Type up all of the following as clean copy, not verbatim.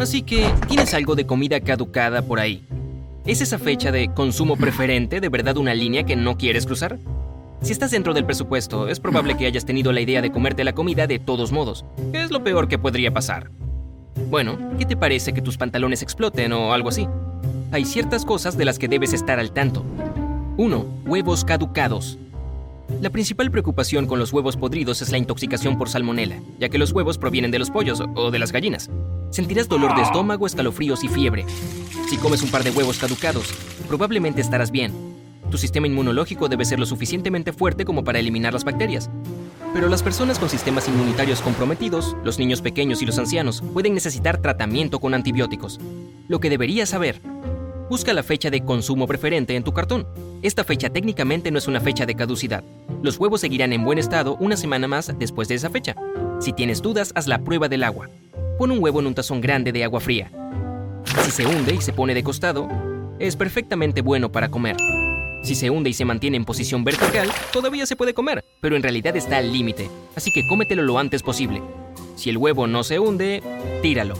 Así que, ¿tienes algo de comida caducada por ahí? ¿Es esa fecha de consumo preferente de verdad una línea que no quieres cruzar? Si estás dentro del presupuesto, es probable que hayas tenido la idea de comerte la comida de todos modos. ¿Qué es lo peor que podría pasar? Bueno, ¿qué te parece que tus pantalones exploten o algo así? Hay ciertas cosas de las que debes estar al tanto. 1. Huevos caducados. La principal preocupación con los huevos podridos es la intoxicación por salmonela, ya que los huevos provienen de los pollos o de las gallinas. Sentirás dolor de estómago, escalofríos y fiebre. Si comes un par de huevos caducados, probablemente estarás bien. Tu sistema inmunológico debe ser lo suficientemente fuerte como para eliminar las bacterias. Pero las personas con sistemas inmunitarios comprometidos, los niños pequeños y los ancianos, pueden necesitar tratamiento con antibióticos. Lo que deberías saber: busca la fecha de consumo preferente en tu cartón. Esta fecha técnicamente no es una fecha de caducidad. Los huevos seguirán en buen estado una semana más después de esa fecha. Si tienes dudas, haz la prueba del agua. Pon un huevo en un tazón grande de agua fría. Si se hunde y se pone de costado, es perfectamente bueno para comer. Si se hunde y se mantiene en posición vertical, todavía se puede comer, pero en realidad está al límite, así que cómetelo lo antes posible. Si el huevo no se hunde, tíralo.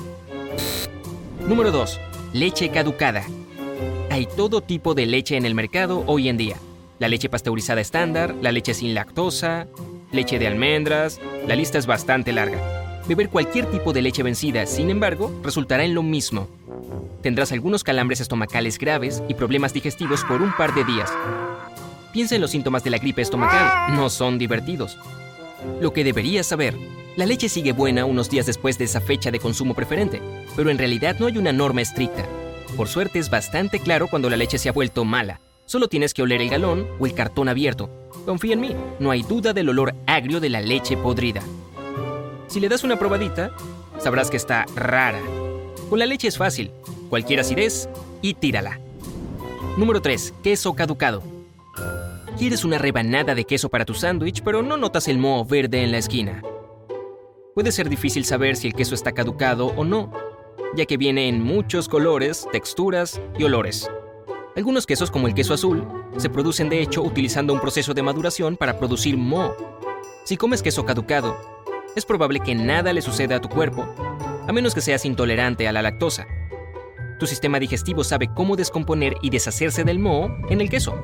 Número 2. Leche caducada. Hay todo tipo de leche en el mercado hoy en día. La leche pasteurizada estándar, la leche sin lactosa, leche de almendras, la lista es bastante larga. Beber cualquier tipo de leche vencida, sin embargo, resultará en lo mismo. Tendrás algunos calambres estomacales graves y problemas digestivos por un par de días. Piensa en los síntomas de la gripe estomacal, no son divertidos. Lo que deberías saber: la leche sigue buena unos días después de esa fecha de consumo preferente, pero en realidad no hay una norma estricta. Por suerte es bastante claro cuando la leche se ha vuelto mala. Solo tienes que oler el galón o el cartón abierto. Confía en mí, no hay duda del olor agrio de la leche podrida. Si le das una probadita, sabrás que está rara. Con la leche es fácil: cualquier acidez y tírala. Número 3. Queso caducado. Quieres una rebanada de queso para tu sándwich, pero no notas el moho verde en la esquina. Puede ser difícil saber si el queso está caducado o no, ya que viene en muchos colores, texturas y olores. Algunos quesos, como el queso azul, se producen de hecho utilizando un proceso de maduración para producir moho. Si comes queso caducado, es probable que nada le suceda a tu cuerpo, a menos que seas intolerante a la lactosa. Tu sistema digestivo sabe cómo descomponer y deshacerse del moho en el queso.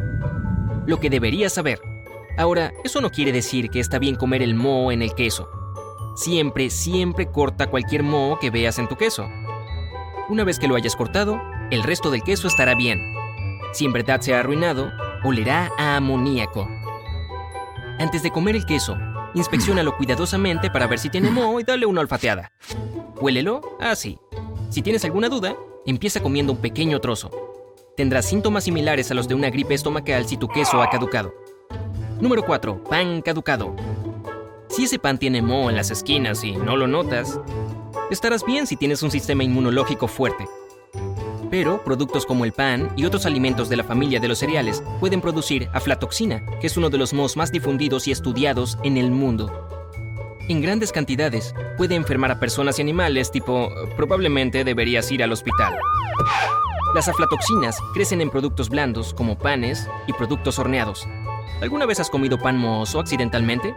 Lo que deberías saber. Ahora, eso no quiere decir que está bien comer el moho en el queso. Siempre corta cualquier moho que veas en tu queso. Una vez que lo hayas cortado, el resto del queso estará bien. Si en verdad se ha arruinado, olerá a amoníaco. Antes de comer el queso, inspecciónalo cuidadosamente para ver si tiene moho y dale una olfateada. Huélelo así. Si tienes alguna duda, empieza comiendo un pequeño trozo. Tendrás síntomas similares a los de una gripe estomacal si tu queso ha caducado. Número 4. Pan caducado. Si ese pan tiene moho en las esquinas y no lo notas, estarás bien si tienes un sistema inmunológico fuerte. Pero productos como el pan y otros alimentos de la familia de los cereales pueden producir aflatoxina, que es uno de los mohos más difundidos y estudiados en el mundo. En grandes cantidades puede enfermar a personas y animales, probablemente deberías ir al hospital. Las aflatoxinas crecen en productos blandos como panes y productos horneados. ¿Alguna vez has comido pan mohoso accidentalmente?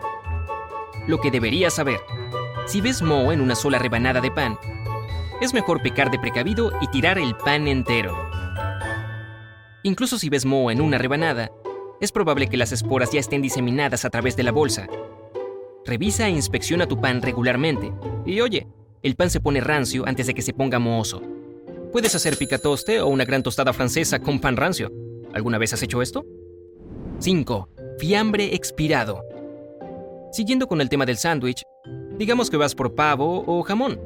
Lo que deberías saber: si ves moho en una sola rebanada de pan, es mejor pecar de precavido y tirar el pan entero. Incluso si ves moho en una rebanada, es probable que las esporas ya estén diseminadas a través de la bolsa. Revisa e inspecciona tu pan regularmente. Y oye, el pan se pone rancio antes de que se ponga mohoso. Puedes hacer picatoste o una gran tostada francesa con pan rancio. ¿Alguna vez has hecho esto? 5. Fiambre expirado. Siguiendo con el tema del sándwich, digamos que vas por pavo o jamón.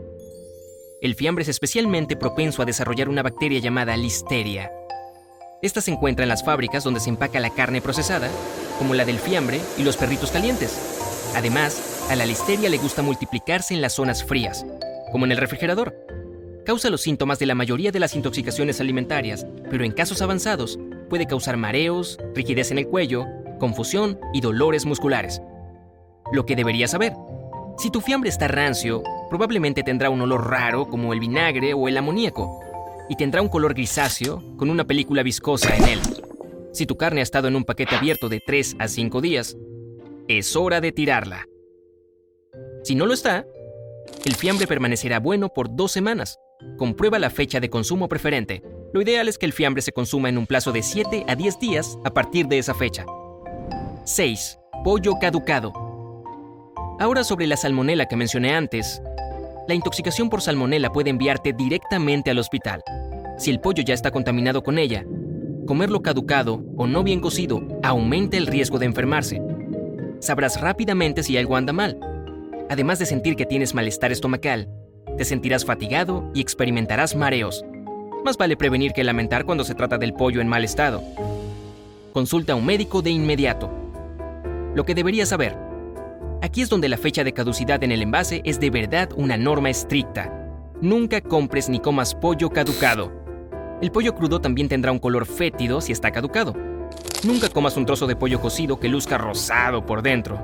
El fiambre es especialmente propenso a desarrollar una bacteria llamada listeria. Esta se encuentra en las fábricas donde se empaca la carne procesada, como la del fiambre y los perritos calientes. Además, a la listeria le gusta multiplicarse en las zonas frías, como en el refrigerador. Causa los síntomas de la mayoría de las intoxicaciones alimentarias, pero en casos avanzados puede causar mareos, rigidez en el cuello, confusión y dolores musculares. Lo que deberías saber: si tu fiambre está rancio, probablemente tendrá un olor raro como el vinagre o el amoníaco, y tendrá un color grisáceo con una película viscosa en él. Si tu carne ha estado en un paquete abierto de 3 a 5 días, es hora de tirarla. Si no lo está, el fiambre permanecerá bueno por 2 semanas. comprueba la fecha de consumo preferente. Lo ideal es que el fiambre se consuma en un plazo de 7 a 10 días a partir de esa fecha. 6. Pollo caducado. Ahora sobre la salmonela que mencioné antes. La intoxicación por salmonela puede enviarte directamente al hospital. Si el pollo ya está contaminado con ella, comerlo caducado o no bien cocido aumenta el riesgo de enfermarse. Sabrás rápidamente si algo anda mal. Además de sentir que tienes malestar estomacal, te sentirás fatigado y experimentarás mareos. Más vale prevenir que lamentar cuando se trata del pollo en mal estado. Consulta a un médico de inmediato. Lo que deberías saber. Aquí es donde la fecha de caducidad en el envase es de verdad una norma estricta. Nunca compres ni comas pollo caducado. El pollo crudo también tendrá un color fétido si está caducado. Nunca comas un trozo de pollo cocido que luzca rosado por dentro.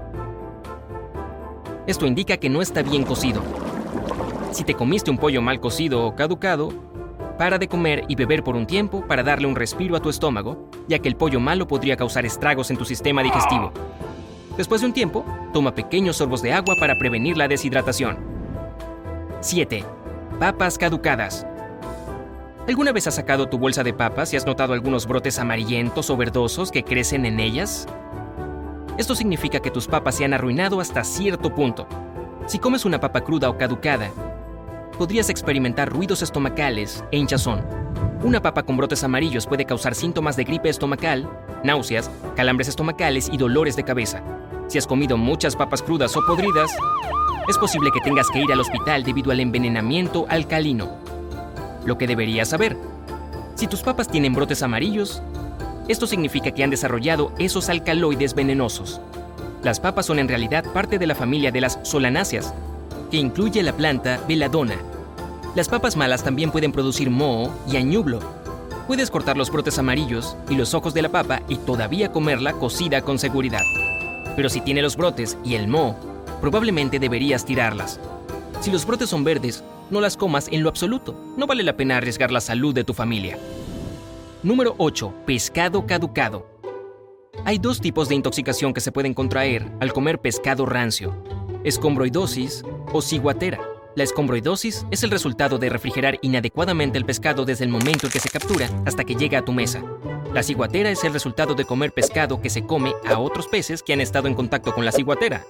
Esto indica que no está bien cocido. Si te comiste un pollo mal cocido o caducado, para de comer y beber por un tiempo para darle un respiro a tu estómago, ya que el pollo malo podría causar estragos en tu sistema digestivo. Después de un tiempo, toma pequeños sorbos de agua para prevenir la deshidratación. 7. Papas caducadas. ¿Alguna vez has sacado tu bolsa de papas y has notado algunos brotes amarillentos o verdosos que crecen en ellas? Esto significa que tus papas se han arruinado hasta cierto punto. Si comes una papa cruda o caducada, podrías experimentar ruidos estomacales e hinchazón. Una papa con brotes amarillos puede causar síntomas de gripe estomacal, náuseas, calambres estomacales y dolores de cabeza. Si has comido muchas papas crudas o podridas, es posible que tengas que ir al hospital debido al envenenamiento alcalino. Lo que deberías saber: si tus papas tienen brotes amarillos, esto significa que han desarrollado esos alcaloides venenosos. Las papas son en realidad parte de la familia de las solanáceas, que incluye la planta belladonna. Las papas malas también pueden producir moho y añublo. Puedes cortar los brotes amarillos y los ojos de la papa y todavía comerla cocida con seguridad. Pero si tiene los brotes y el moho, probablemente deberías tirarlas. Si los brotes son verdes, no las comas en lo absoluto. No vale la pena arriesgar la salud de tu familia. Número 8. Pescado caducado. Hay dos tipos de intoxicación que se pueden contraer al comer pescado rancio: escombroidosis o ciguatera. La escombroidosis es el resultado de refrigerar inadecuadamente el pescado desde el momento en que se captura hasta que llega a tu mesa. La ciguatera es el resultado de comer pescado que se come a otros peces que han estado en contacto con la ciguatera.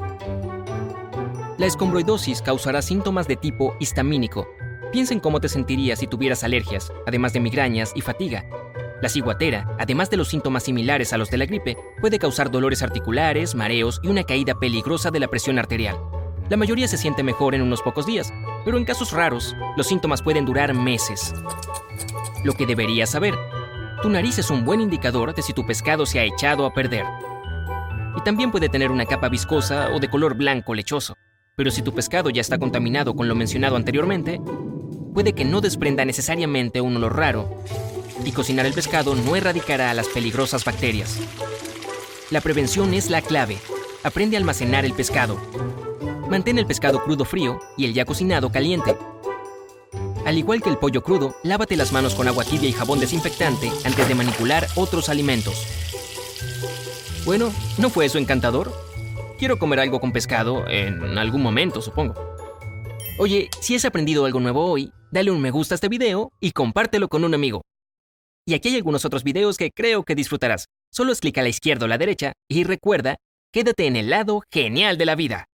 La escombroidosis causará síntomas de tipo histamínico. Piensa en cómo te sentirías si tuvieras alergias, además de migrañas y fatiga. La ciguatera, además de los síntomas similares a los de la gripe, puede causar dolores articulares, mareos y una caída peligrosa de la presión arterial. La mayoría se siente mejor en unos pocos días, pero en casos raros, los síntomas pueden durar meses. Lo que deberías saber: tu nariz es un buen indicador de si tu pescado se ha echado a perder. Y también puede tener una capa viscosa o de color blanco lechoso. Pero si tu pescado ya está contaminado con lo mencionado anteriormente, puede que no desprenda necesariamente un olor raro, y cocinar el pescado no erradicará a las peligrosas bacterias. La prevención es la clave. Aprende a almacenar el pescado. Mantén el pescado crudo frío y el ya cocinado caliente. Al igual que el pollo crudo, lávate las manos con agua tibia y jabón desinfectante antes de manipular otros alimentos. Bueno, ¿no fue eso encantador? Quiero comer algo con pescado en algún momento, supongo. Oye, si has aprendido algo nuevo hoy, dale un me gusta a este video y compártelo con un amigo. Y aquí hay algunos otros videos que creo que disfrutarás. Solo clic a la izquierda o a la derecha y recuerda, quédate en el lado genial de la vida.